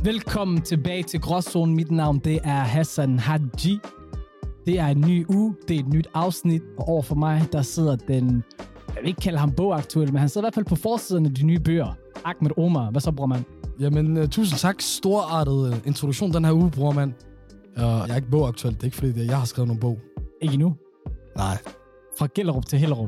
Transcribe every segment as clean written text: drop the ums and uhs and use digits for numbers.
Velkommen tilbage til Gråzonen. Mit navn, det er Hassan Haji. Det er en ny uge, det er et nyt afsnit, og over for mig, der sidder den, jeg vil ikke kalde ham bogaktuel, men han sidder i hvert fald på forsiden af de nye bøger. Ahmed Omar, hvad så, bror mand? Jamen, tusind tak. Storartet introduktion den her uge, bror mand. Jeg er ikke bogaktuel, det er ikke fordi, jeg har skrevet nogen bog. Ikke endnu? Nej. Fra Gellerup til Hellerup.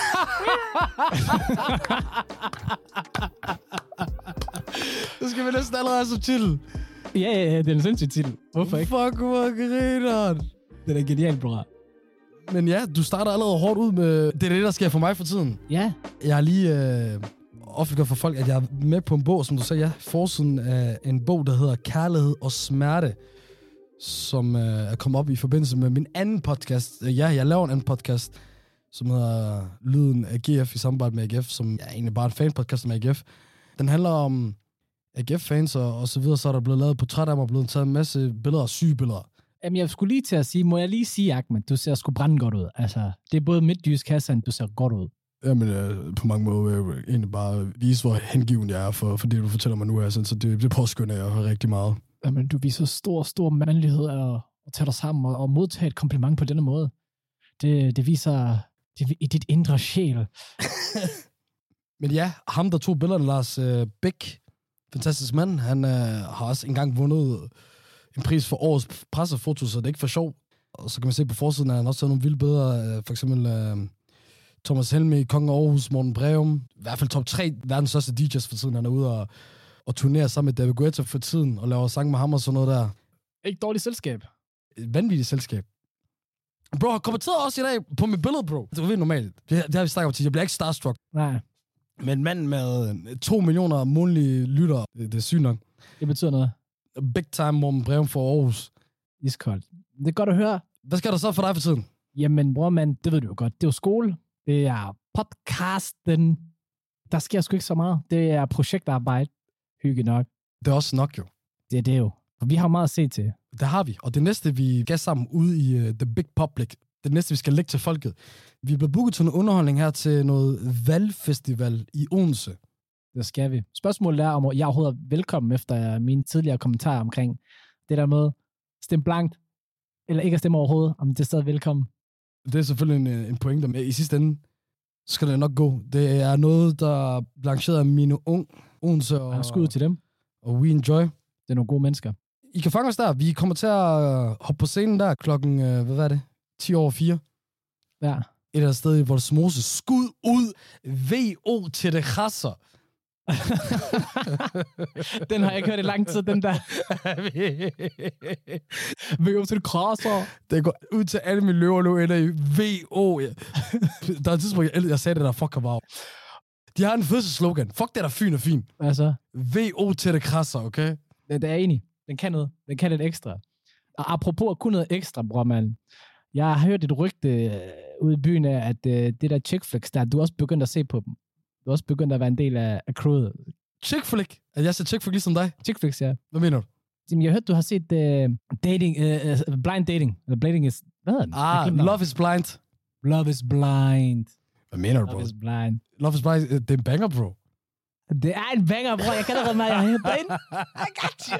Det skal vi næsten allerede som titel. Ja, det er en sindssyg titel. Hvorfor ikke? Fuck, hvor grineren. Det er da genialt, bror. Men ja, du starter allerede hårdt ud med... Det er det, der sker for mig for tiden. Ja. Jeg har lige offentliggjort for folk, at jeg er med på en bog, som du sagde, ja. Forsiden af en bog, der hedder Kærlighed og Smerte, som er kommet op i forbindelse med min anden podcast. Ja, jeg laver en anden podcast, som hedder Lyden af GF i samarbejde med AGF, som er egentlig bare en fanpodcast med AGF. Den handler om AGF-fans og så videre, så er der blevet lavet portræt af mig, og blevet taget en masse billeder, syge billeder. Jamen, jeg skulle lige til at sige, må jeg lige sige, Ahmed, du ser sgu brænde godt ud. Altså, det er både midtjysk, Hassan, du ser godt ud. Jamen, på mange måder vil jeg egentlig bare vise, hvor hengiven jeg er for det, du fortæller mig nu, Hassan, så det påskynder jeg rigtig meget. Jamen, du viser stor mandlighed og tager dig sammen og modtage et kompliment på denne måde. Det viser i dit indre sjæl. Men ja, ham der tog billederne, Lars Bæk, fantastisk mand, han har også engang vundet en pris for årets pressefoto, så det er ikke for sjov. Og så kan man se på forsiden, at han også taget nogle vilde billeder, for eksempel Thomas Helme, Kongen af Aarhus, Morten Breum, i hvert fald top 3 verdens største DJ's for tiden, han er ude og turnerer sammen med David Guetta for tiden, og laver sang med ham og sådan noget der. Ikke dårligt selskab. Et vanvittigt selskab. Bro, har kommenteret også i dag på mit billede, bro. Det var virkelig normalt. Det har vi snakket om til. Jeg bliver ikke starstruck. Nej. Men en mand med 2 millioner månedlige lyttere, det er sygt nok. Det betyder noget. Big time Morten Breum for Aarhus. Iskoldt. Det er godt at høre. Hvad skal der så for dig for tiden? Jamen, bror mand, det ved du jo godt. Det er jo skole. Det er podcasten. Der sker sgu ikke så meget. Det er projektarbejde. Hygge nok. Det er også nok jo. Det er det jo. For vi har meget at se til. Det har vi. Og det næste, vi skal sammen ude i The Big Public, det næste, vi skal lægge til folket. Vi er blevet booket til en underholdning her til noget valgfestival i Odense. Det skal vi. Spørgsmålet er, om jeg overhovedet er velkommen efter mine tidligere kommentarer omkring det der med stemme blankt, eller ikke at stemme overhovedet, om det er stadig velkommen. Det er selvfølgelig en pointe, men i sidste ende skal det nok gå. Det er noget, der er lanceret af mine Odense og skud til dem. Og We Enjoy. Det er nogle gode mennesker. I kan fange os der. Vi kommer til at hoppe på scenen der klokken, 10:04. Ja. Et eller andet sted i Vollsmose. Skud ud. VO til det krasser. Den har jeg ikke hørt i lang tid, den der. VO til det krasser. Det går ud til alle mine løver nu ender i VO. Der er et tidspunkt, jeg sagde det der, fuck wow. De har en fødselsslogan. Fuck det der Fyn er fin. Altså. VO til det krasser, okay? Det er enig. Den kan noget. Den kan lidt ekstra. Og apropos at kunne noget ekstra, bror man. Jeg har hørt et rygte ude i byen af, at det der chick flicks der, du er også begyndt at se på dem. Du er også begyndt at være en del af crewet. Chick flick? At jeg ser chick flick ligesom dig? Chick flicks, ja. Hvad mener du? Jamen, jeg har hørt, du har set blind dating. Eller blading is... Hvad hedder den? Love is blind. Love is blind. Hvad mener du, bro? Love is blind. Love is blind, det er en banger, bro. Det er en banger, bro. Jeg kan da redde mig, jeg har hævet dig ind. I got you.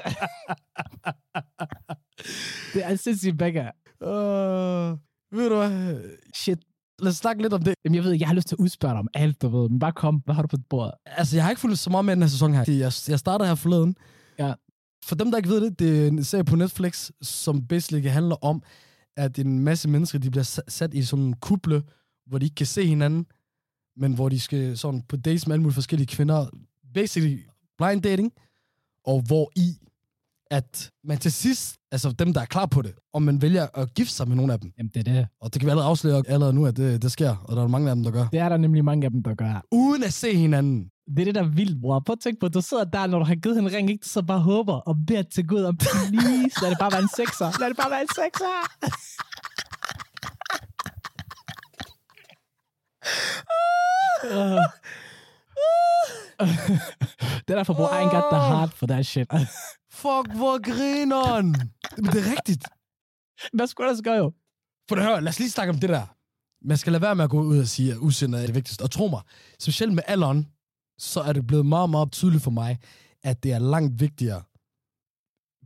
Det er en sindssygt banger. Ved du hvad? Shit. Lad os snakke lidt om det. Jamen, jeg ved, jeg har lyst til at udspørge dig om alt, du ved. Men bare kom, hvad har du på bordet? Altså, jeg har ikke fulgt så meget med den her sæson her. Jeg starter her forleden. Ja. For dem, der ikke ved det, det er en serie på Netflix, som basically handler om, at en masse mennesker, de bliver sat i sådan en kuble, hvor de ikke kan se hinanden, men hvor de skal sådan på dates med alle mulige forskellige kvinder. Basically blind dating, og hvor i at man til sidst, altså dem, der er klar på det, om man vælger at gifte sig med nogle af dem. Jamen, det er det. Og det kan vi allerede afsløre allerede nu, at det sker, og der er mange af dem, der gør. Det er der nemlig mange af dem, der gør. Uden at se hinanden. Det er det, der er vildt, bror. Prøv at tænke på, du sidder der, når du har givet en ring, ikke? Du så bare håber og beder til Gud om, please, lad det bare være en sekser. Lad det bare være en sekser. Det er derfor, bror, I ain't got the heart for that shit. Fuck, hvor grineren. Men det er rigtigt. Hvad skulle der så gøre, jo? For det hør, lad os lige snakke om det der. Man skal lade være med at gå ud og sige, at udseendet er det vigtigste. Og tro mig, specielt med alderen, så er det blevet meget, meget tydeligt for mig, at det er langt vigtigere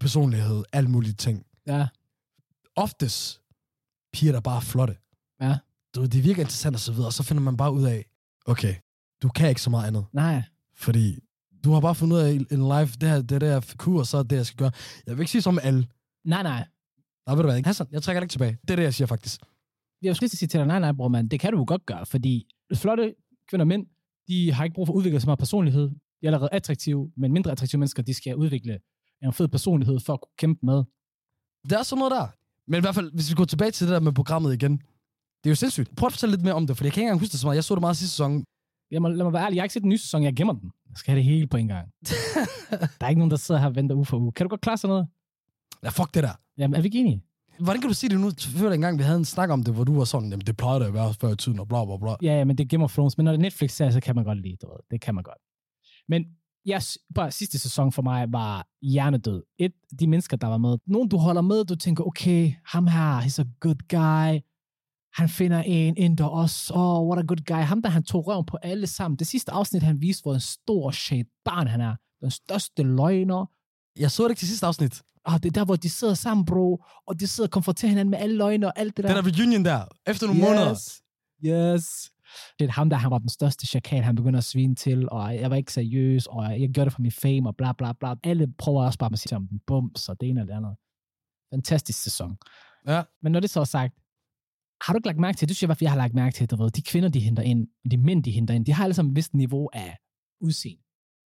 personlighed, alle mulige ting. Ja. Oftest piger, der bare er flotte. Ja. Det virker interessant og så videre, og så finder man bare ud af, okay, du kan ikke så meget andet. Nej. Fordi du har bare fundet ud af en live, det der kur, og så er det, jeg skal gøre. Jeg vil ikke sige som alle. Nej. Nej, ved du hvad, ikke? Hassan, jeg trækker det ikke tilbage. Det er det, jeg siger faktisk. Jeg skal sige til dig, nej, bror, man, det kan du jo godt gøre, fordi flotte kvinder og mænd, de har ikke brug for at udvikle så meget personlighed. De er allerede attraktive, men mindre attraktive mennesker, de skal udvikle en fed personlighed for at kunne kæmpe med. Det er sådan noget der. Men i hvert fald, hvis vi går tilbage til det der med programmet igen, det er jo sindssygt. Prøv at fortælle lidt mere om det, for jeg kan ikke engang huske det så meget. Jeg så det meget sidste sæson. Lad mig være ærlig, jeg har ikke set den nye sæson, jeg gemmer den. Jeg skal have det hele på en gang. Der er ikke nogen, der sidder her og venter uge for uge. Kan du godt klare sådan noget? Ja, fuck det der. Jamen, er vi ikke enige? Hvordan kan du sige det nu? Før engang, vi havde en snak om det, hvor du var sådan, jamen det plejede at være før i tiden, og bla bla bla. Ja, men det er Game of Thrones. Men når det er Netflix-serie, så kan man godt lide det. Det kan man godt. Men bare sidste sæson for mig var hjernedød. De mennesker, der var med. Nogen, du holder med, du tænker, okay, ham her, he's a good guy. Han finder en inder også. What a good guy. Ham der, han tog røven på alle sammen. Det sidste afsnit, han viste, hvor en stor shade barn han er. Den største løgner. Jeg så det ikke til sidste afsnit. Det er der, hvor de sidder sammen, bro. Og de sidder og konfronterer hinanden med alle løgner og alt det der. Den der reunion der. Efter nogle måneder. Yes. Det er ham der, han var den største chakal, han begynder at svine til, og jeg var ikke seriøs, og jeg gjorde det for min fame, og bla bla bla. Alle prøver også bare at sige om den bums, og det ene eller det andet. Fantastisk sæson. Ja. Men når det så er sagt, har du ikke lagt mærke til, det synes jeg, hvorfor jeg har lagt mærke til, de kvinder, de henter ind, de mænd, de henter ind, de har alle sammen et vist niveau af udseende.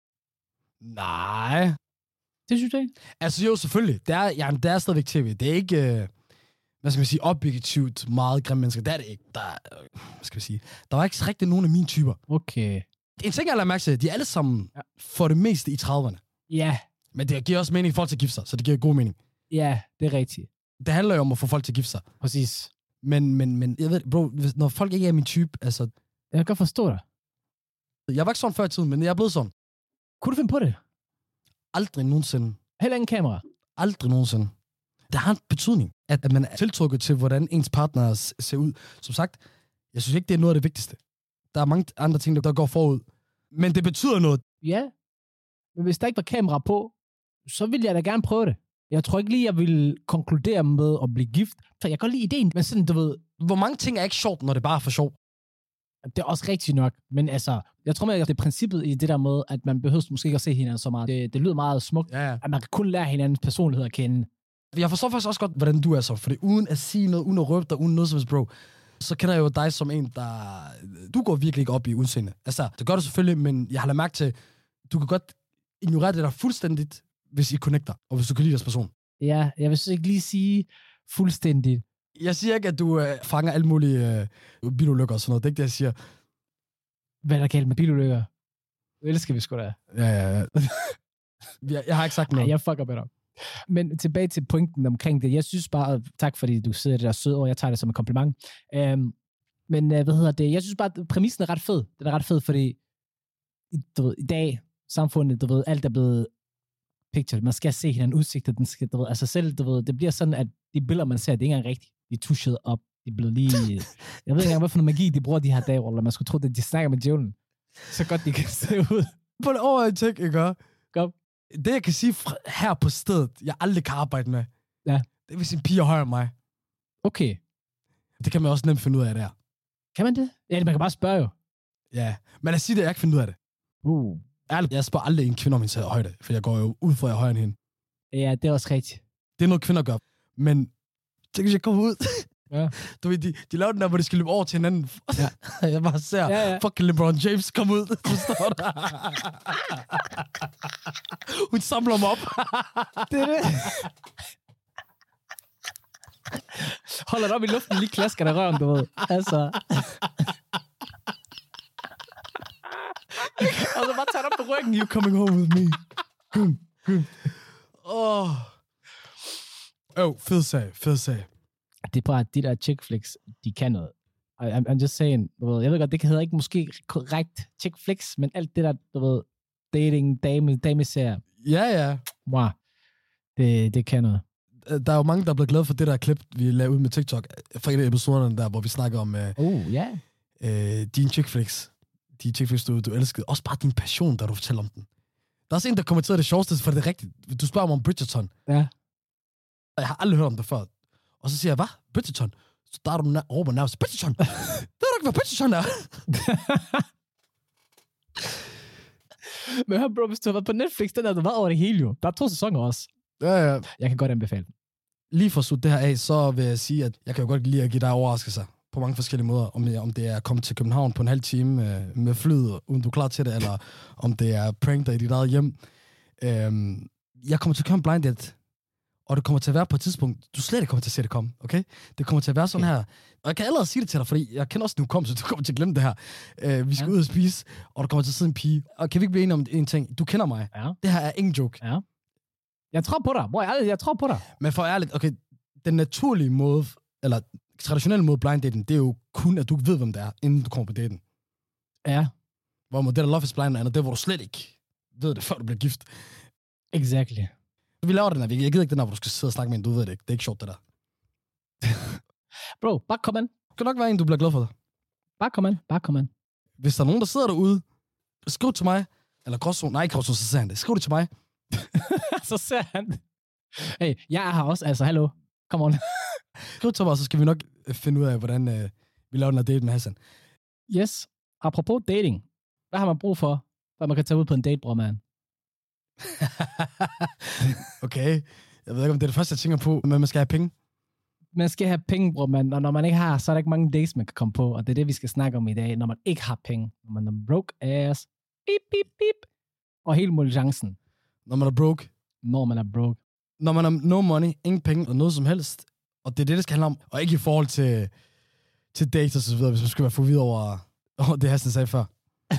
Nej. Det synes du ikke? Altså jo, selvfølgelig. Det er stadigvæk tv. Det er ikke, hvad skal man sige, objektivt meget grimme mennesker. Det er det ikke. Hvad skal vi sige? Der var ikke rigtig nogen af mine typer. Okay. En ting, jeg lader mærke til, de er alle sammen for det meste i 30'erne. Ja. Men det giver også mening i forhold til at gifte sig, så det giver god mening. Ja, det er rigtigt. Det handler jo om at få folk til at gifte sig. Præcis. Men jeg ved, bro, når folk ikke er min type, altså... Jeg kan godt forstå dig. Jeg var ikke sådan før i tiden, men jeg er blevet sådan. Kunne du finde på det? Aldrig nogensinde. Heller ingen kamera? Aldrig nogensinde. Det har en betydning, at man er tiltrukket til, hvordan ens partner ser ud. Som sagt, jeg synes ikke, det er noget af det vigtigste. Der er mange andre ting, der går forud. Men det betyder noget. Ja. Men hvis der ikke var kamera på, så ville jeg da gerne prøve det. Jeg tror ikke lige, jeg ville konkludere med at blive gift. For jeg kan godt lide ideen, men sådan, du ved... Hvor mange ting er ikke sjovt, når det bare er for sjov? Det er også rigtigt nok. Men altså, jeg tror mere, at det er princippet i det der med, at man behøver måske ikke at se hinanden så meget. Det lyder meget smukt, at man kan kun lære hinandens personlighed at kende. Jeg forstår faktisk også godt, hvordan du er så. Fordi uden at sige noget, uden at røbe dig, uden noget som helst, bro, så kender jeg jo dig som en, der... Du går virkelig ikke op i udseende. Altså, det gør du selvfølgelig, men jeg har lagt mærke til, du kan godt ignorere det der fuldstændigt, hvis I connecter, og hvis du kan lide deres person. Ja, jeg vil så ikke lige sige fuldstændigt. Jeg siger ikke, at du fanger alle mulige bilulykker og sådan noget. Det er ikke det, jeg siger. Hvad er der galt med bilulykker? Det elsker vi sgu da. Ja. Jeg har ikke sagt noget. Nej, jeg fucker med dig. Men tilbage til pointen omkring det. Jeg synes bare, tak fordi du sidder der sød, og jeg tager det som en kompliment. Men hvad hedder det? Jeg synes bare, at præmissen er ret fed. Den er ret fed, fordi du ved, i dag, samfundet, du ved, alt er blevet picture. Man skal se hinanden udsigter, den skal, du ved, altså selv, du ved, det bliver sådan, at de billeder, man ser, det er ikke engang rigtigt. De er tushet op. De er blevet lige... Jeg ved ikke engang, hvad for noget magi, de bruger de her dage, eller man skulle tro, at de snakker med djævlen. Så godt, de kan se ud. På det over en ting, ikke? Kom. Det, jeg kan sige her på stedet, jeg aldrig kan arbejde med, ja. Det er, hvis en pige er højere end mig. Okay. Det kan man også nemt finde ud af, det her. Kan man det? Ja, man kan bare spørge jo. Ja, men jeg siger det, jeg kan finde ud af det. Ærligt, jeg spørger aldrig en kvinde om hendes højde, for jeg går jo ud fra, at jeg er højere end hende. Ja, det er også rigtigt. Det er noget, kvinder gør. Men tænk, hvis jeg kommer ud... Ja. Du ved, de laver den der, hvor de skal løbe over til hinanden. Ja. Jeg bare ser, fucking LeBron James komme ud. Forstår du? Hun samler mig op. Det er det. Holder det op i luften, lige klasker der røven, du ved. Altså. Og så bare tager det op på ryggen. You coming home with me. Fed sag. Det er bare, de der chick flicks, de kan noget. I'm just saying, du ved, jeg ved godt, det hedder ikke måske korrekt chick flicks, men alt det der, du ved, dating, dameserier. Ja. Wow. Det kan noget. Der er jo mange, der er blevet glade for det der klip, vi lavede ud med TikTok, fra en af episoderne der, hvor vi snakker om dine chick flicks. De chick flicks, du elskede. Også bare din passion, da du fortæller om den. Der er også en, der kommenterede det sjoveste, for det er rigtigt. Du spørger mig om Bridgerton. Ja. Jeg har aldrig hørt om det før. Og så siger jeg, hvad? Bridgerton? Så starter du og råber nærmest, Bridgerton! Det er du ikke, hvad Bridgerton er. Men hør, bro, hvis du har været på Netflix, den er der været over det hele jo. Der er 2 sæsoner også. Ja. Jeg kan godt anbefale den. Lige for at slutte det her af, så vil jeg sige, at jeg kan jo godt lide at give dig overraskelser på mange forskellige måder. Om det er at komme til København på en halv time med flyet, uden du er klar til det, eller om det er prank dig i dit eget hjem. Jeg kommer til at komme blind date, og det kommer til at være på et tidspunkt, du slet ikke kommer til at se det komme, okay? Det kommer til at være sådan her. Og jeg kan allerede sige det til dig, fordi jeg kender også, at du kommer, så du kommer til at glemme det her. Vi skal ud og spise, og der kommer til at sidde en pige. Og kan vi ikke blive enige om en ting? Du kender mig. Ja. Det her er ingen joke. Ja. Jeg tror på dig. Jeg tror på dig. Men for ærligt, okay, den naturlige måde, eller traditionelle måde blind dating, det er jo kun, at du ved, hvem det er, inden du kommer på daten. Ja. Hvor det der Love is Blind er, det hvor du slet ikke ved det, før du bliver gift. Exactly. Vi laver den her. Jeg gider ikke den her, hvor du skal sidde og snakke med en, du ved det ikke. Det er ikke sjovt, det der. Bro, bare kom an. Det kan nok være en, du bliver glad for dig. Bare kom an. Hvis der er nogen, der sidder derude, skriv til mig. Eller gråzone. Nej, ikke gråzone, så siger han det. Skriv det til mig. Så ser han det. Hey, jeg er her også. Altså, hallo. Come on. Skriv til mig, så skal vi nok finde ud af, hvordan vi laver den her date med Hassan. Yes. Apropos dating. Hvad har man brug for, før man kan tage ud på en date, bror, man? Okay. Jeg ved ikke, om det er det første, jeg tænker på, men man skal have penge. Man skal have penge, bror, man. Og når man ikke har, så er der ikke mange dates, man kan komme på. Og det er det, vi skal snakke om i dag. Når man ikke har penge. Når man er broke ass. Bip, bip, bip. Og helt mulig chancen. Når man er broke. Når man er broke. Når man har no money, ingen penge og noget som helst. Og det er det skal handle om. Og ikke i forhold til dates og så videre, hvis man skal være forvirret over det, Hassan sagde før.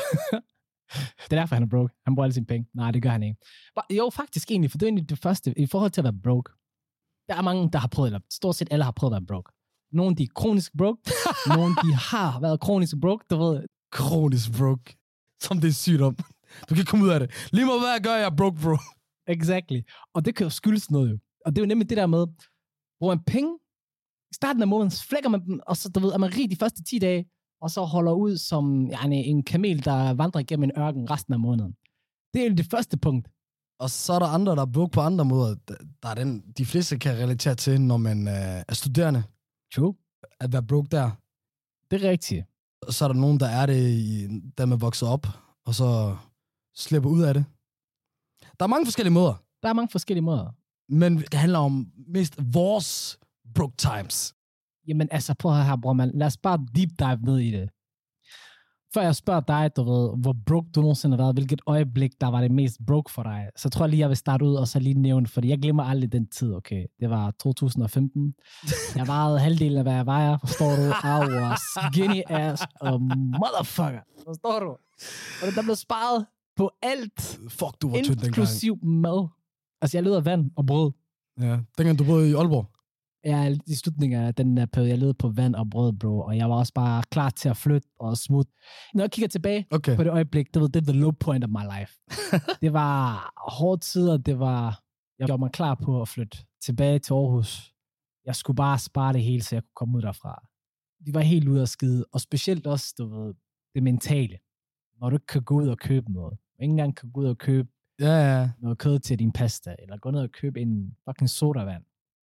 Det er derfor, han er broke. Han bruger alle sine penge. Nej, det gør han ikke. Jo, faktisk egentlig, for det er egentlig det første. I forhold til at være broke. Der er mange, der har prøvet, eller stort set alle har prøvet at være broke. Nogle, de er kronisk broke. Nogle, de har været kronisk broke. Du ved. Kronisk broke. Som det er sygdom. Du kan komme ud af det. Lige meget hvad jeg gør, jeg er broke, bro. Exactly. Og det kan jo skyldes noget jo. Og det er jo nemlig det der med, bruger man penge, i starten af måneden, så flækker man dem, og så du ved, er man rig de første 10 dage, og så holder ud som en kamel, der vandrer igennem en ørken resten af måneden. Det er jo det første punkt. Og så er der andre, der er broke på andre måder. Der er den, de fleste kan relatere til, når man er studerende. True. At være broke der. Det er rigtigt. Og så er der nogen, der er det, da man vokser op, og så slipper ud af det. Der er mange forskellige måder. Men det handler om mest vores broke times. Jamen altså, prøv her, bror, man. Lad os bare deep dive ned i det. Før jeg spørger dig, du ved, hvor broke du nogensinde har været, hvilket øjeblik, der var det mest broke for dig, så tror jeg lige, jeg vil starte ud og så lige nævne, fordi jeg glemmer aldrig den tid, okay? Det var 2015. Jeg vejede halvdelen af, hvad jeg vejer, forstår du? I was skinny ass a motherfucker. Forstår du? Og der blev sparet på alt. Fuck, du var tynd dengang. Inklusiv mad. Altså, jeg levede af vand og brød. Ja, dengang du boede i Aalborg. Ja, i slutningen af den der periode, jeg levede på vand og brød, bro, og jeg var også bare klar til at flytte og smutte. Når jeg kigger tilbage på det øjeblik, det var the low point of my life. Det var hårde tider, jeg gjorde mig klar på at flytte tilbage til Aarhus. Jeg skulle bare spare det hele, så jeg kunne komme ud derfra. De var helt ude af skide, og specielt også, du ved, det mentale. Når du ikke kan gå ud og købe noget. Ingen engang kan gå ud og købe noget kød til din pasta, eller gå ned og købe en fucking sodavand.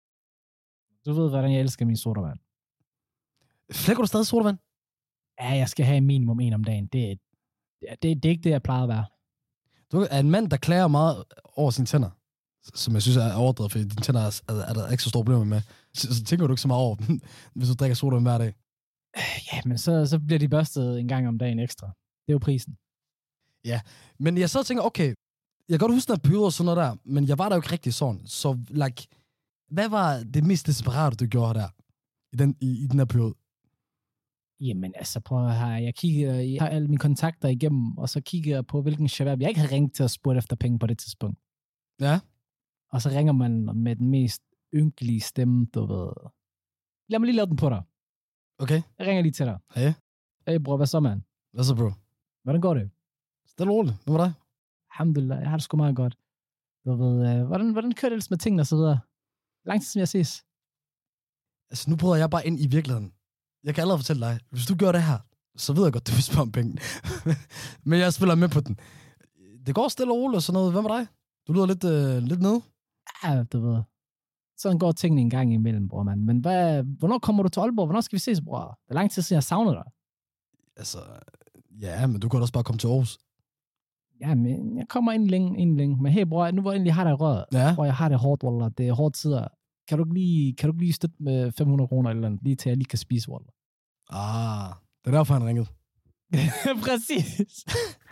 Du ved, hvordan jeg elsker min sodavand. Flækker du stadig sodavand? Ja, jeg skal have minimum 1 om dagen. Det er ikke det, jeg plejer at være. Du er en mand, der klager meget over sine tænder. Som jeg synes er overdrevet, fordi dine tænder er der ikke så store problemer med. Så tænker du ikke så meget over dem, hvis du drikker sodavand hver dag. Ja, men så bliver de børstet en gang om dagen ekstra. Det er jo prisen. Ja, men jeg så tænker, okay, jeg kan godt huske den periode og sådan noget der, men jeg var der jo ikke rigtig sådan. Så, like, hvad var det mest desperate, du gjorde der? I den her periode? Jamen, altså, prøv at høre. Jeg har alle mine kontakter igennem, og så kigger jeg på, hvilken shabab jeg ikke har ringet til at spurgte efter penge på det tidspunkt. Ja. Og så ringer man med den mest ynkelige stemme, du ved. Lad mig lige lave den på dig. Okay. Jeg ringer lige til dig. Hey. Hey, bror, hvad så, mand? Hvad så, bro? Hvordan går det? Stille og roligt. Hvad med dig? Alhamdulillah, jeg har det sgu meget godt. Du ved, hvordan kører det ellers med tingene og så videre? Lang tid, som jeg ses. Altså, nu prøver jeg bare ind i virkeligheden. Jeg kan allerede fortælle dig, hvis du gør det her, så ved jeg godt, du vil spørge om penge. Men jeg spiller med på den. Det går stille og roligt og sådan noget. Hvad med dig? Du lyder lidt nede. Ja, du ved. Sådan går tingene en gang imellem, bror, mand. Men hvornår kommer du til Aalborg? Hvornår skal vi ses, bror? Det er lang tid siden, jeg savner dig. Altså, ja, men du kan også bare komme til Aarhus. Ja, men jeg kommer inden længe. Men hey, bror, nu hvor jeg endelig har dig i røret. Ja. Bror, jeg har det hårdt, Wallah. Det er hårde tider. Kan du ikke lige støtte med 500 kroner eller andet, lige til jeg lige kan spise, Wallah? Det er derfor, han ringede. Præcis.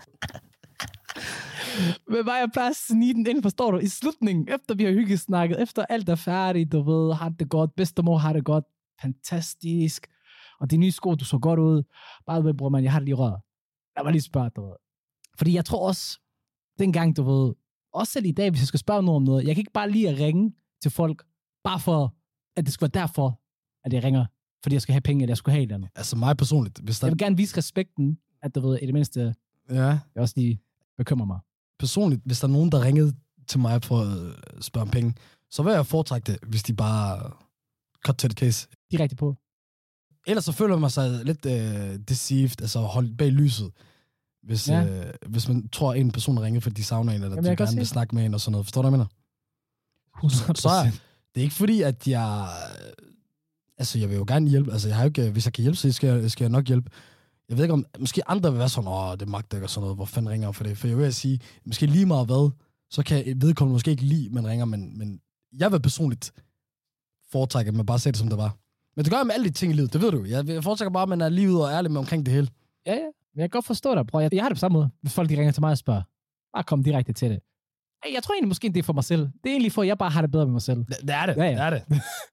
Men bare jeg plejer at snige den ind, forstår du? I slutningen, efter vi har hyggesnakket, efter alt er færdigt, du ved, har det godt, bedstemor har det godt, fantastisk, og de nye sko, du så godt ud, bare ved, bror, man, jeg har det lige røret. Jeg var lige spørgt, du ved. Fordi jeg tror også, dengang, du ved, også selv i dag, hvis jeg skal spørge nogen om noget, jeg kan ikke bare lige at ringe til folk, bare for, at det skal være derfor, at jeg ringer, fordi jeg skal have penge, eller jeg skulle have et eller andet. Altså mig personligt. Jeg vil gerne vise respekten, at du ved, i det mindste, jeg også lige bekymrer mig. Personligt, hvis der er nogen, der ringede til mig for at spørge om penge, så vil jeg foretrække det, hvis de bare cut to the case. Direkte på. Ellers så føler man sig lidt deceived, altså holdt bag lyset, hvis man tror, at en person ringer, fordi de savner en, eller de gerne vil snakke med en og sådan noget. Forstår du, hvad jeg mener? 100%. Så det er ikke fordi, at jeg... Altså, jeg vil jo gerne hjælpe. Altså, jeg har jo ikke... Hvis jeg kan hjælpe, så skal jeg nok hjælpe. Jeg ved ikke om... Måske andre vil være sådan, det magter ikke og sådan noget. Hvor fanden ringer for det? For jeg vil sige, måske lige meget hvad, så kan vedkommende måske ikke lide, man ringer, men jeg vil personligt foretrække, at man bare siger det, som det var. Men det gør jeg med alle de ting i livet, det ved du. Jeg foretrækker bare, at man er lige ude og ærlig med omkring det hele. Ja. Men jeg kan godt forstå dig, bror. Jeg har det på samme måde, hvis folk de ringer til mig og spørger. Bare kom direkte til det. Jeg tror egentlig måske, det er for mig selv. Det er egentlig for, at jeg bare har det bedre med mig selv. Det er det. Ja. Det er det.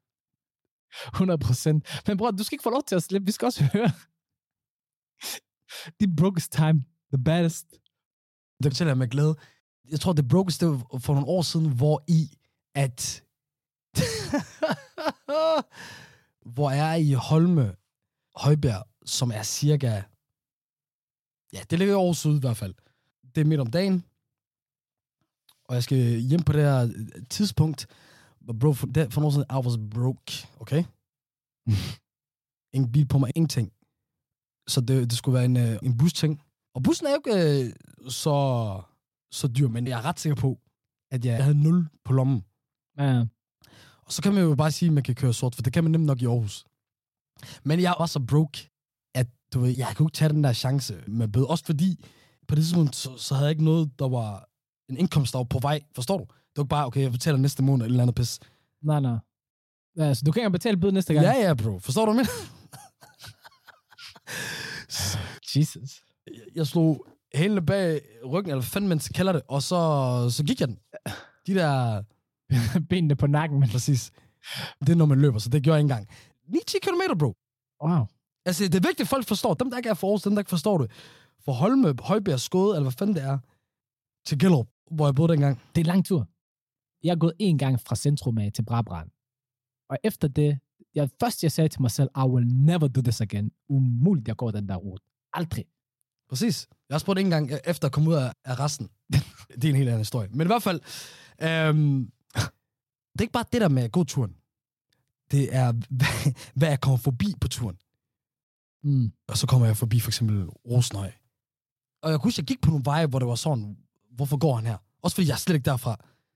100%. Men bror, du skal ikke få lov til at slippe. Vi skal også høre. The brokest time. The baddest. Det fortæller jeg med glæde. Jeg tror, det brokest, det var for nogle år siden, hvor hvor er i Holme, Højbjerg, som er cirka... Ja, det ligger over syd i hvert fald. Det er midt om dagen. Og jeg skal hjem på det her tidspunkt. Bro, for noget siden, I was broke, okay? Ingen bil på mig, ingenting. Så det skulle være en busting. Og bussen er jo ikke så dyr, men jeg er ret sikker på, at jeg havde 0 på lommen. Ja. Og så kan man jo bare sige, at man kan køre sort, for det kan man nemt nok i Aarhus. Men jeg var så broke, at du ved, jeg kunne ikke tage den der chance med bøde. Også fordi, på det tidspunkt, så havde jeg ikke noget, der var en indkomst, der var på vej. Forstår du? Det var ikke bare, okay, jeg betaler næste måned eller andet pis. Nej. Ja, så du kan ikke betale bøde næste gang? Ja, bro. Forstår du, hvad Jesus. Jeg slog hælene bag ryggen, eller fanden man kalder det, og så gik jeg den. De der... benene på nakken. Men... Præcis. Det er, når man løber, så det gjorde jeg ikke engang. 9-10 kilometer, bro. Wow. Altså, det er vigtigt, at folk forstår. Dem, der ikke er for Aarhus, dem, der ikke forstår det. For Holme, Højbjerg, Skåde, eller hvad fanden det er, til Gellerup, hvor jeg boede dengang. Det er en lang tur. Jeg er gået 1 gang fra centrum af til Brabrand. Og efter det, jeg sagde til mig selv, I will never do this again. Umuligt, jeg går den der rute. Aldrig. Præcis. Jeg har spurgt en gang efter at komme ud af resten. Det er en helt anden historie. Men i hvert fald, det er ikke bare det der med at gå turen. Det er, hvad jeg kommer forbi på turen. Og så kommer jeg forbi for eksempel Rosenhøj. Og jeg kunne huske, jeg gik på nogle veje, hvor det var sådan, hvorfor går han her? Også fordi jeg er slet ikke derfra.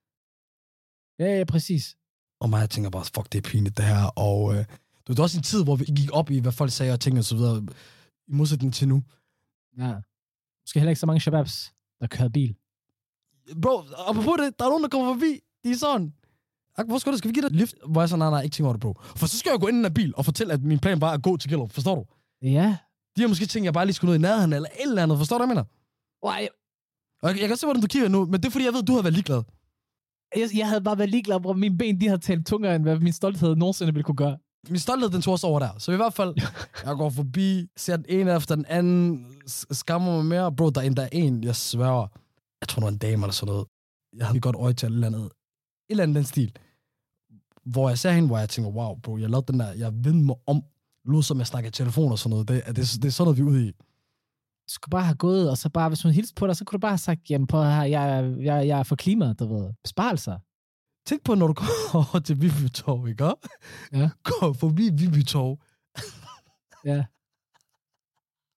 Ja, præcis. Og mig, jeg tænker bare, fuck, det er pinligt det her. Og det var også en tid, hvor vi gik op i, hvad folk sagde og ting og så videre. I modsætning til nu. Ja. Måske heller ikke så mange shababs, der kører bil. Bro, apropos det, der er nogen, der kommer forbi. De er sådan, hvor skal vi give dig et lift? Hvor jeg så, nej, ikke tænker over det, bro. For så skal jeg gå ind i den bil og fortælle, at min plan var at gå til Gellerup. Forstår du? Ja. De har måske tænkt, at jeg bare lige skulle ned i nærheden eller et eller andet. Forstår du, hvad jeg mener? Og jeg kan se, hvordan du kigger nu, men det er fordi, jeg ved, at du har været ligeglad. Jeg havde bare været ligeglad, bro. Mine ben, de har talt tungere, end hvad min stolthed nogensinde ville kunne gøre. Min stolthed, den tog også over der. Så i hvert fald, jeg går forbi, ser den ene efter den anden, skammer mig mere. Bro, der er en, jeg sværger. Jeg tror, det var en dame eller sådan noget. Jeg havde godt øje til et eller andet den stil. Hvor jeg ser hende, hvor jeg tænker, wow, bro, jeg lavede den der, jeg ved mig om, lød som jeg snakker i telefon og sådan noget. Det er sådan noget, vi er ude i. Du skulle bare have gået, og så bare, hvis hun hilste på dig, så kunne du bare have sagt, jamen på her, jeg er for klimaet, du ved. Besparelser. Tænk på, når du går over til Viby Torv, ikke? Ja. Gå forbi Viby Torv. Ja.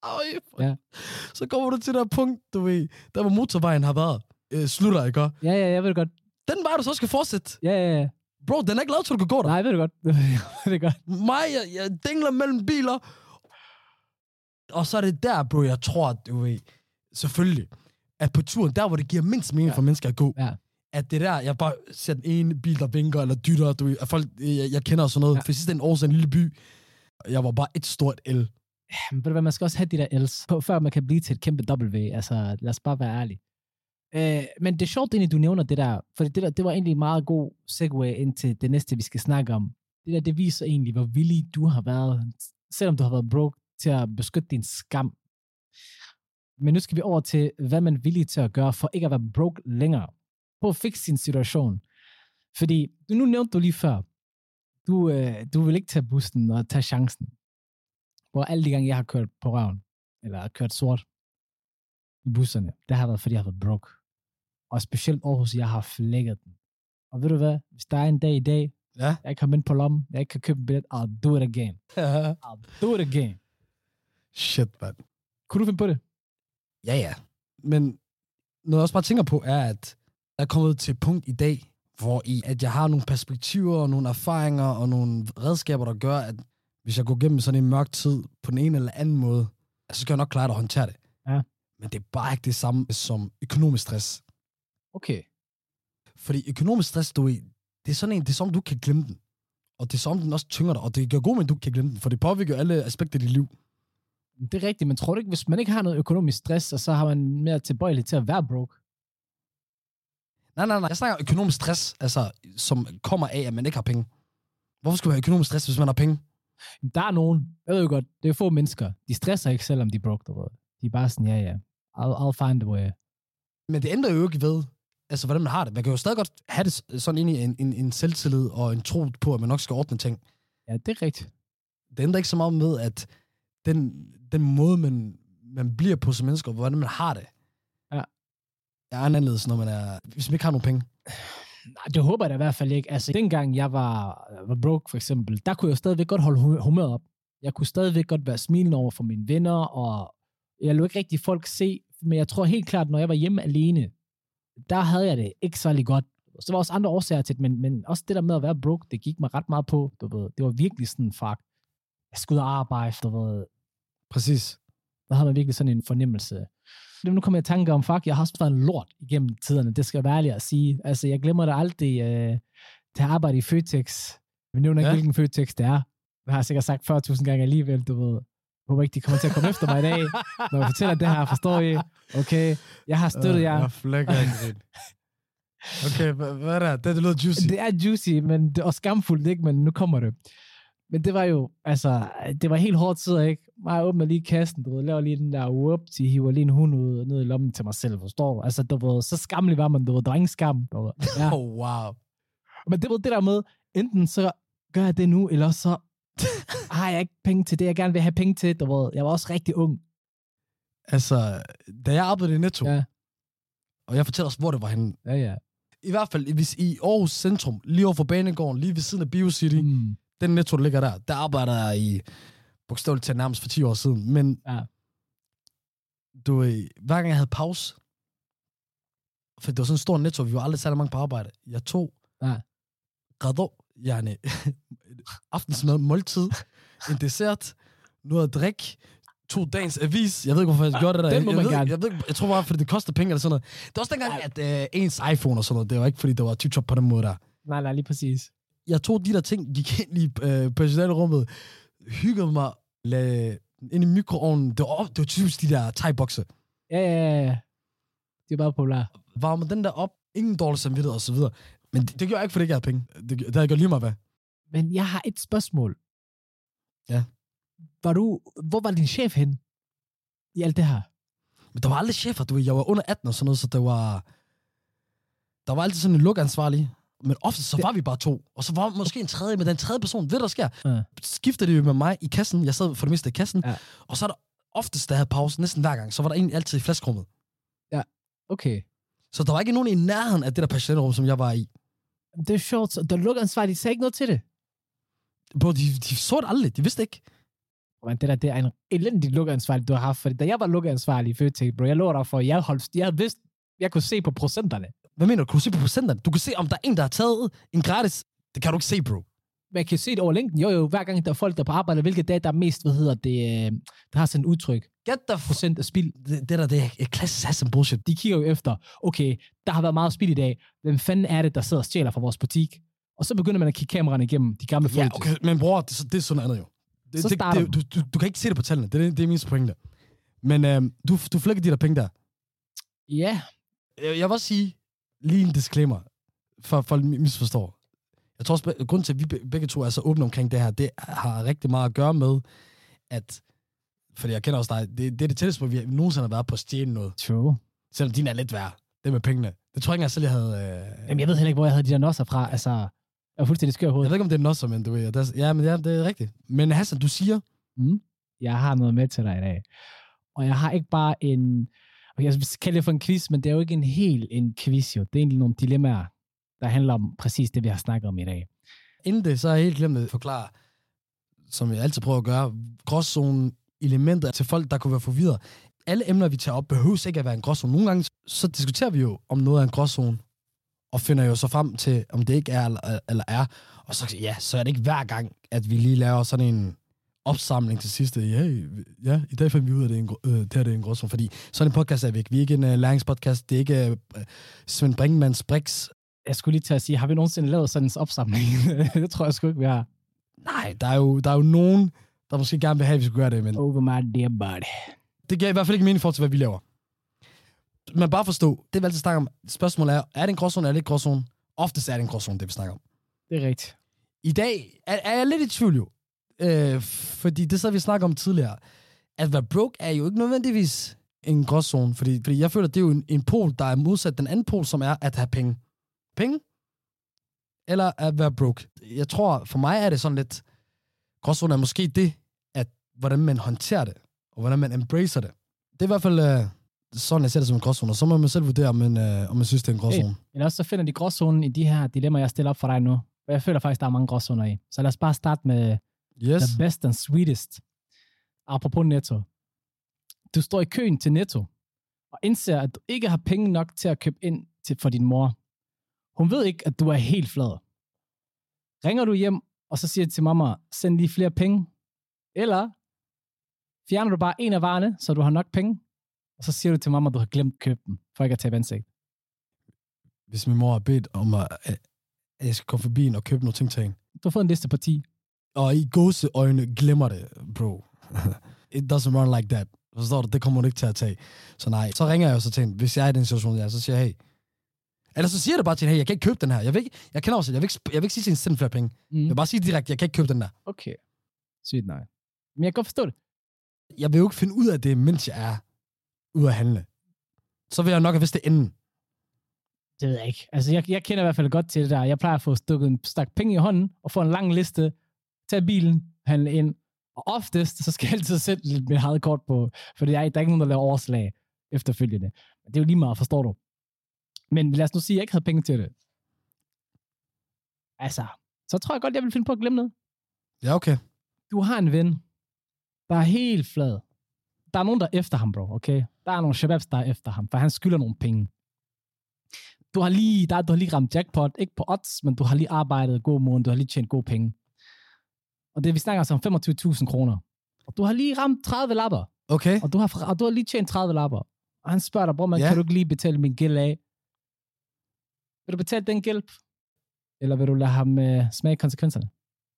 Ja. Så kommer du til det punkt, du ved, der hvor motorvejen har været. Slutter, ikke? Ja, jeg ved det godt. Den vej, du så skal fortsætte. Ja. Bro, den er ikke lavet til, du kan gå der. Nej, jeg ved det godt. Jeg ved det godt. Mig, jeg dingler mellem biler. Og så er det der, bro, jeg tror, at du ved, selvfølgelig, at på turen, der hvor det giver mindst mening for mennesker at gå, at det der, jeg bare ser den ene bil, der vinker, eller dytter, du ved, at folk, jeg kender og sådan noget. For sidst en år, en lille by, jeg var bare et stort L. Men ved du hvad, man skal også have de der L's, før man kan blive til et kæmpe W. Altså, lad os bare være ærlige. Men det er sjovt egentlig, du nævner det der, for det var egentlig en meget god segue ind til det næste, vi skal snakke om. Det der, det viser egentlig, hvor villig du har været, selvom du har været broke, til at beskytte din skam. Men nu skal vi over til, hvad man er villig til at gøre, for ikke at være broke længere. På at fikse sin situation. Fordi, nu nævnte du lige før, du vil ikke tage bussen og tage chancen. Hvor alle de gange, jeg har kørt på røven, eller har kørt sort i busserne, det har været, fordi jeg har været broke. Og specielt Aarhus, jeg har flækket den. Og ved du hvad? Hvis der er en dag i dag, jeg ikke har ind på lommen, jeg ikke kan købe en billet, I'll do it again. I'll do it again. Shit, man. Kunne du finde på det? Ja. Men noget jeg også bare tænker på, er, at jeg er kommet til et punkt i dag, hvor at jeg har nogle perspektiver, og nogle erfaringer, og nogle redskaber, der gør, at hvis jeg går gennem sådan en mørk tid, på den ene eller anden måde, så skal jeg nok klare at håndtere det. Ja. Men det er bare ikke det samme som økonomisk stress. Okay. Fordi økonomisk stress, det er sådan en, det er som du kan glemme den. Og det er som den også tynger dig, og det gør god, men du kan glemme den, for det påvirker alle aspekter af dit liv. Det er rigtigt, men tror du ikke, hvis man ikke har noget økonomisk stress, og så har man mere tilbøjeligt til at være broke? Nej. Jeg snakker økonomisk stress, altså, som kommer af, at man ikke har penge. Hvorfor skulle man have økonomisk stress, hvis man har penge? Der er nogen, jeg ved jo godt, det er få mennesker, de stresser ikke, selvom de er broke, der. De er bare sådan, ja, I'll find a way. Men det ændrer jo ikke ved, altså, hvordan man har det. Man kan jo stadig godt have det sådan ind i en selvtillid og en tro på, at man nok skal ordne ting. Ja, det er rigtigt. Det ændrer ikke så meget med, at den måde, man bliver på som mennesker, hvordan man har det, er anderledes, hvis man ikke har nogen penge. Nej, det håber jeg da i hvert fald ikke. Altså, dengang jeg var broke, for eksempel, der kunne jeg stadigvæk godt holde humøret op. Jeg kunne stadigvæk godt være smilende over for mine venner, og jeg lå ikke rigtig folk se, men jeg tror helt klart, når jeg var hjemme alene, der havde jeg det ikke særlig godt. Så var også andre årsager til det, men også det der med at være broke, det gik mig ret meget på, du ved. Det var virkelig sådan, fuck, jeg skulle ud og arbejde, du ved. Præcis. Der havde man virkelig sådan en fornemmelse. Nu kommer jeg i tanke om, fuck, jeg har også været en lort igennem tiderne, det skal jeg være ærlig at sige. Altså, jeg glemmer da aldrig til at arbejde i Føtex. Vi nævner ikke, hvilken Føtex det er. Jeg har sikkert sagt 40.000 gange alligevel, du ved. Jeg håber ikke, de kommer til at komme efter mig i dag, når jeg fortæller det her, forstår I? Okay, jeg har støttet jer. Jeg flækker ikke. Okay, hvad er det? Det lyder juicy. Det er juicy, men det er også skamfuldt, ikke? Men nu kommer det. Men det var jo, altså, det var helt hårdt tid, ikke? Jeg åbner lige kassen, du ved, laver lige den der whoopsie, hiver lige en hund ud, ned i lommen til mig selv, forstår du? Altså, du ved, så skammelig var man, du ved, der var ingen skam. Du ved. Ja. Oh, wow. Men det var det der med, enten så gør jeg det nu, eller så har jeg ikke penge til det, jeg gerne vil have penge til, du ved. Jeg var også rigtig ung. Altså, da jeg arbejdede i Netto, og jeg fortæller også, hvor det var henne. Ja. I hvert fald, hvis i Aarhus Centrum, lige over for Banegården, lige ved siden af BioCity, den Netto, der ligger der arbejder jeg i bogstaveligt talt nærmest for 10 år siden. Men hver gang jeg havde pause, for det var sådan en stor Netto, vi var aldrig særlig mange på arbejde, jeg tog gado, aftensmad, måltid, en dessert, noget at drikke, 2 dagens avis. Jeg ved ikke, hvorfor jeg gjorde det der. Jeg tror bare, fordi det koster penge eller sådan noget. Det var også dengang, at ens iPhone og sådan noget, det var ikke, fordi det var tip-top på den måde der. Nej, lige præcis. Jeg tog de der ting, gik ind i personalrummet, hyggede mig, lagde ind i mikroovnen. Det var typisk de der thai-bokse. Ja. Det er bare populære. Varmede den der op, ingen dårlig samvittighed og så videre. Men det gjorde jeg ikke, fordi jeg ikke havde penge. Det havde gjort lige meget hvad. Men jeg har et spørgsmål. Ja. Hvor var din chef hen i alt det her? Men der var aldrig chefer, jeg var under 18 og sådan noget, så der var altid sådan en lukansvarlig. Men ofte så var vi bare 2, og så var måske en tredje, men den tredje person, ved du, der sker? Skifter det jo med mig i kassen, jeg sad for det meste i kassen, og så er der oftest, der havde pause, næsten hver gang, så var der en altid i flaskerummet. Ja, okay. Så der var ikke nogen i nærheden af det der patientrum, som jeg var i. Det er sjovt, så der lukansvarlige sagde ikke noget til det? Bro, de så det aldrig, de vidste ikke. Men det er en elendig lukkeansvarlig, du har haft. For da jeg var lukkeansvarlig i Føtex, bro, jeg lå der for, jeg vidste, jeg kunne se på procenterne. Hvad mener du? Kunne du se på procenterne? Du kan se, om der er en, der har taget en gratis. Det kan du ikke se, bro. Man kan se det over længden. Jo, hver gang der er folk, der er på arbejde, hvilke dage, der er mest, der har sådan et udtryk. Get the procent af spild. Det er et klassisk Hassan bullshit. De kigger jo efter, okay, der har været meget spild i dag. Hvem fanden er det, der sidder og stjæler fra vores butik? Og så begynder man at kigge kameraerne igennem de gamle folk. Ja, okay, men bror, det er sådan noget andet jo. Du kan ikke se det på tallene. Det er min pointe. Men du flækker de der penge der. Ja. Jeg vil også sige, lige en disclaimer, for folk misforstår. Jeg tror også, grunden til, at vi begge to er så åbne omkring det her, det har rigtig meget at gøre med, at, fordi jeg kender også dig, det er det tætteste, hvor vi nogensinde har været på at stjæle noget. True. Selvom din er lidt værd. Det med pengene. Det tror jeg ikke engang selv, jeg havde... Jamen, jeg ved heller ikke, hvor jeg havde de der nosser fra. Altså, jeg var fuldstændig skør i hovedet. Jeg ved ikke, om det er nosser, men du ved... Det er rigtigt. Men Hassan, du siger... Jeg har noget med til dig i dag. Og jeg har ikke bare en... Jeg skal kalde det for en quiz, men det er jo ikke en quiz, jo. Det er egentlig nogle dilemmaer, der handler om præcis det, vi har snakket om i dag. Inden det, så har jeg helt glemt at forklare, som jeg altid prøver at gøre, gråzone elementer til folk, der kunne være forvirret. Alle emner, vi tager op, behøves ikke at være en gråzone. Nogle gange, så diskuterer vi jo, om noget er en gråzone, og finder jo så frem til, om det ikke er eller er. Og så er det ikke hver gang, at vi lige laver sådan en opsamling til sidste. Ja, i dag fandt vi ud af, det her er en gråzone, fordi sådan en podcast er vi ikke. Vi er ikke en læringspodcast, det er ikke Svend Brinkmanns Brix. Jeg skulle lige til at sige, har vi nogensinde lavet sådan en opsamling? Det tror jeg sgu ikke, vi har. Nej, der er jo nogen, der måske gerne vil have, at vi skulle gøre det, men... Over my dear buddy. Det giver i hvert fald ikke mening for til, hvad vi laver. Men bare forstå, det vi altid snakker om, spørgsmålet er det en gråzone, eller er det ikke gråzone? Oftest er det en gråzone, det vi snakker om. Det er rigtigt. I dag er jeg lidt i tvivl jo. Fordi det så vi snakker om tidligere. At være broke er jo ikke nødvendigvis en gråzone, fordi jeg føler, at det er jo en pol, der er modsat den anden pol, som er at have penge. Penge? Eller at være broke. Jeg tror, for mig er det sådan lidt, gråzone er måske det, at hvordan man håndterer det, og hvordan man embracer det. Det er i hvert fald sådan, jeg ser det som en gråzone, og så må man selv vurdere, om man synes, det er en gråzone. Eller også så finder de gråzonen i de her dilemmaer, jeg stiller op for dig nu. Og jeg føler faktisk, der er mange gråzoner i. Så lad os bare starte med the best and sweetest. Apropos Netto. Du står i køen til Netto, og indser, at du ikke har penge nok til at købe ind for din mor. Hun ved ikke, at du er helt flad. Ringer du hjem, og så siger til mamma, send lige flere penge? Eller fjerner du bare en af varerne, så du har nok penge? Og så siger du til mamma, at du har glemt at købe dem, for ikke at tabe ansigt. Hvis min mor har bedt om, at jeg skal komme forbi og købe nogle ting til hende. Du har fået en liste på 10. Og i gåseøjne glemmer det, bro. It doesn't run like that. Forstår du? Det kommer hun ikke til at tage. Så nej. Så ringer jeg jo så til hende. Hvis jeg er i den situation, så siger jeg, hey. Eller så siger jeg det bare til hende, hey, jeg kan ikke købe den her. Jeg vil ikke sige til hende, send flere penge. Jeg vil bare sige direkte, jeg kan ikke købe den der. Okay. Sygt nej. Men jeg kan godt forstå det. Jeg vil jo ikke finde ud af det, mens jeg er ude at handle. Så vil jeg nok have vidst det inden. Det ved jeg ikke. Altså, jeg kender i hvert fald godt til det der. Jeg plejer at få stukket en stak penge i hånden, og få en lang liste, tage bilen, handle ind. Og oftest, så skal jeg altid sætte lidt mit eget kort på, fordi der er ikke nogen, der laver overslag efterfølgende. Men det er jo lige meget, forstår du? Men lad os nu sige, at jeg ikke havde penge til det. Altså, så tror jeg godt, jeg vil finde på at glemme noget. Ja, okay. Du har en ven, der er helt flad. Der er nogen, der er efter ham, bro, okay? Der er nogle shababs, der er efter ham, for han skylder nogle penge. Du har lige ramt jackpot, ikke på odds, men du har lige arbejdet god måned, du har lige tjent gode penge. Og det vi snakker altså om 25.000 kroner. Og du har lige ramt 30 lapper. Okay. Og du har lige tjent 30 lapper. Og han spørger dig, bror, man, kan du ikke lige betale min gæld af? Vil du betale den gæld? Eller vil du lade ham smage konsekvenserne?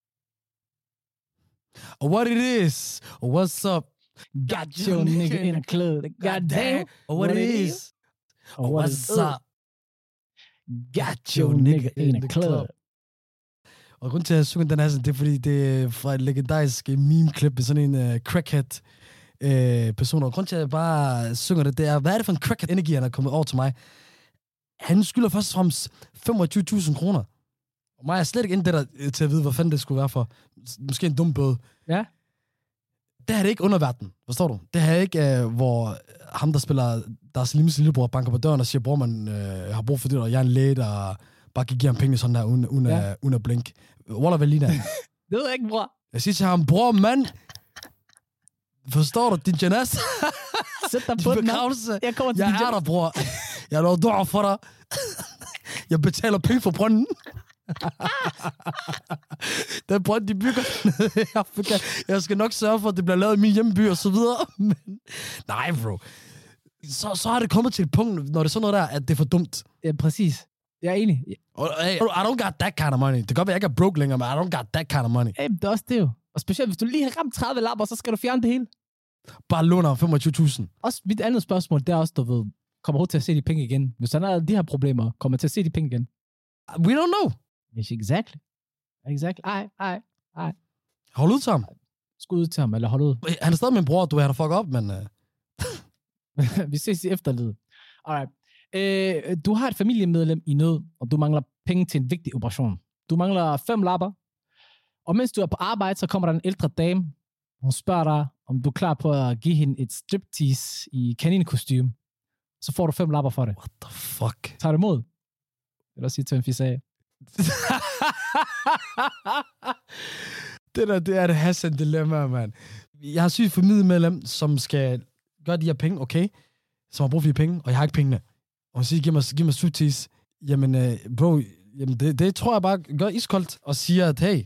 What it is? What's up? Got your nigga in a club. Goddamn. What it is? What's up? Got your nigga in a club. Og grund til, at jeg synger den her, det er, fordi det er fra et legendarisk meme-klip med sådan en crackhead-person. Og grund til, at jeg bare synger det, det er, hvad er det for en crackhead-energi, han er kommet over til mig? Han skylder først og fremmest 25.000 kroner. Og mig er slet ikke inde der til at vide, hvad fanden det skulle være for. Måske en dum bøde. Ja. Det her er ikke underverden, forstår du? Det her er ikke, hvor ham, der spiller deres lillebror, banker på døren og siger, bror, man har brug for det, og jeg er en læge, der bare kan give ham penge sådan der, uden at blink. Wallah vel lige der. Det ved jeg ikke, bror. Jeg siger til ham, bror, mand, Forstår du? Din janaz. Sæt dig på den. Jeg kommer til jeg er der, bror. Jeg laver dår for dig. Jeg betaler penge for brønden. Den brønd, de bygger i Afrika. Jeg skal nok sørge for, at det bliver lavet i min hjemby og så videre. Men nej, bro. Så har det kommet til et punkt, når det er sådan noget der, at det er for dumt. Ja, præcis. Jeg er enig. Hey, I don't got that kind of money. Det kan godt være, jeg ikke er broke længere, men I don't got that kind of money. Hey, det er også det jo. Og specielt, hvis du lige har ramt 30 lapper, så skal du fjerne det hele. Bare låner 25.000. Også mit andet spørgsmål, det er også, du ved, kommer du til at se de penge igen? Hvis han har de her problemer, kommer til at se de penge igen? We don't know. Yes, exactly. Ej. Hold ud til ham. Skud ud til ham, eller hold ud. Han er stadig min bror, du er der fuck op, men... Vi ses i efterlivet. Alright. Du har et familiemedlem i nød, og du mangler penge til en vigtig operation. Du mangler 5 lapper. Og mens du er på arbejde, så kommer der en ældre dame. Hun spørger dig, om du er klar på at give hende et striptease i kaninkostyme. Så får du 5 lapper for det. What the fuck? Tager du imod? Eller sige til en fis af. Det er et Hassan-dilemma, mand. Jeg har sygt familiemedlem, som skal gøre de her penge, okay? Som har brug for de penge, og jeg har ikke pengene. Og hun siger, giv mig striptease. Jamen, bro, det tror jeg bare gør iskoldt, og siger, at hey,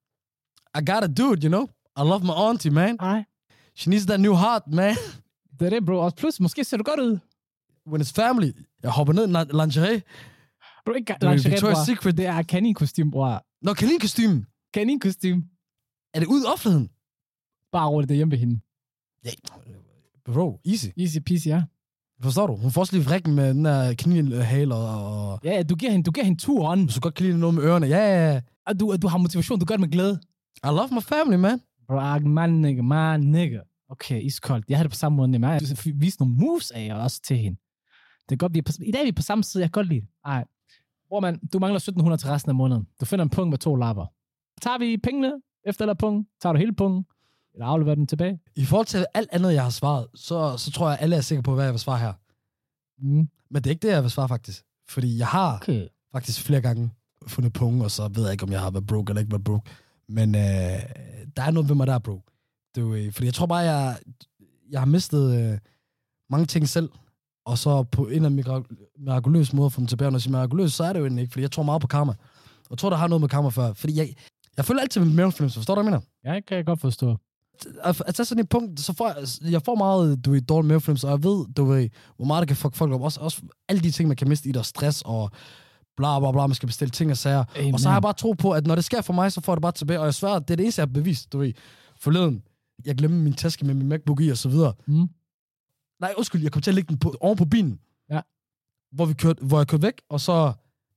I got a dude, you know? I love my auntie, man. Ej. She needs that new heart, man. Det er det, bro. Og plus, måske ser du godt ud. When it's family. Jeg hopper ned i lingerie. Bro, ikke lingerie, bror. Secret. Det er kaninkostyme, bror. Nå, kaninkostyme. Kaninkostyme. Er det ud i offentligheden? Bare roligt det hjemme ved hende. Ja, bro, easy. Easy peasy, ja. Forstår du? Hun får også lige vrikken med den der kaninhale og... Ja, du giver hende 2 hånd. Så godt kan lide noget med ørerne. Ja. Og du har motivation, du gør det med glæde. I love my family, man. Bro, man, nigga. Okay, iskoldt. Jeg har det på samme måde. Jeg viser nogle moves af også til hende. Det er godt, i dag er vi på samme side. Jeg kan godt lide det. Ej. Bror, man, du mangler 1.700 til resten af måneden. Du finder en punkt med 2 lapper. Tager vi pengene efter eller punkt? Tager du hele punkten? Eller afleverer den tilbage? I forhold til alt andet, jeg har svaret, så tror jeg, at alle er sikre på, hvad jeg vil svare her. Men det er ikke det, jeg vil svare, faktisk. Fordi jeg har faktisk flere gange fundet punkt, og så ved jeg ikke, om jeg har været broke eller ikke været broke. Men der er noget ved mig der, bro. Fordi jeg tror bare, jeg har mistet mange ting selv, og så på en eller anden mirakuløs måde at få dem tilbage. Når jeg siger mirakuløs, så er det jo egentlig ikke, fordi jeg tror meget på karma. Og jeg tror, der har noget med karma før. Fordi jeg føler altid med mavefornemmelse. Forstår du, hvad jeg mener? Ja, kan jeg godt forstå. Altså sådan et punkt, så får jeg får meget, dårlig mavefornemmelse, og jeg ved, hvor meget det kan fuck folk op. Også alle de ting, man kan miste i der, stress og bla bla bla, man skal bestille ting og sager. Amen. Og så har jeg bare tro på, at når det sker for mig, så får jeg det bare tilbage. Og jeg svær, det er det eneste, jeg har bevist, forleden. Jeg glemte min taske med min MacBook i og så videre. Nej, undskyld, jeg kom til at lægge den oven på bilen. Ja. Hvor jeg kørte væk, og så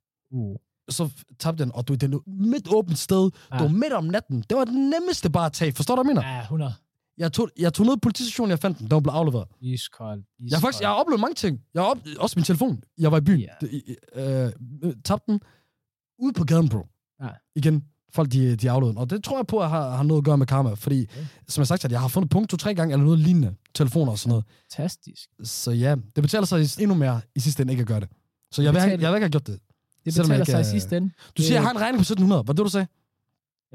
tabte den, og den lå midt åbent sted. Ja. Det var midt om natten. Det var det nemmeste bare at tage. Forstår du, hvad jeg mener? Ja, 100. Jeg tog ned i politistationen, jeg fandt den. Den var blevet afleveret. Iskold. Jeg har oplevet mange ting. Også min telefon. Jeg var i byen. Yeah. Tabte den ude på gaden, bro. Ja. Igen. Folk, de aflevede den. Og det tror jeg på, at har noget at gøre med karma. Fordi, som jeg sagt, at jeg har fundet punkt 2-3 gange, eller noget lignende. Telefoner og sådan noget. Fantastisk. Så ja, det betaler sig endnu mere i sidste ende ikke at gøre det. Så jeg vil ikke have gjort det. Det betaler sig i sidste ende. Du siger, jeg har en regning på 1.700. Hvad det, du sagde? Ja.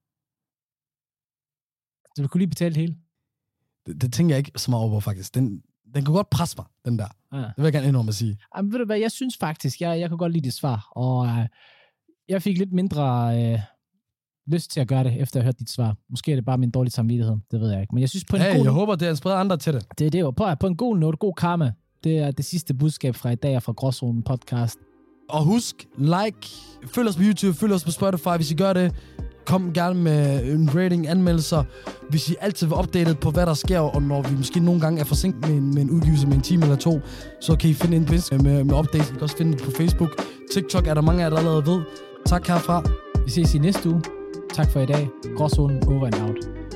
Du kunne lige betale det hele. Det tænker jeg ikke så meget over på, faktisk. Den kan godt presse mig, den der. Ja. Det vil jeg gerne indrømme at sige. Jamen, ved du hvad, jeg synes faktisk, jeg kan godt lide det svar. Og jeg fik lidt mindre lyst til at gøre det, efter jeg hørte dit svar. Måske er det bare min dårlige samvittighed. Det ved jeg ikke. Men jeg synes på en god... jeg håber, det er spreder andre til det. Det er jo på en god note, god karma. Det er det sidste budskab fra i dag og fra Gråzonen podcast. Og husk, følg os på YouTube, følg os på Spotify, hvis I gør det. Kom gerne med en rating, anmeldelser. Hvis I altid vil update på, hvad der sker, og når vi måske nogle gange er forsinket med en udgivelse med en time eller 2, så kan I finde en Instagram med updates. I kan også finde det på Facebook. TikTok er der mange af jer, der allerede ved. Tak herfra. Vi ses i næste uge. Tak for i dag. Gråzonen over and out.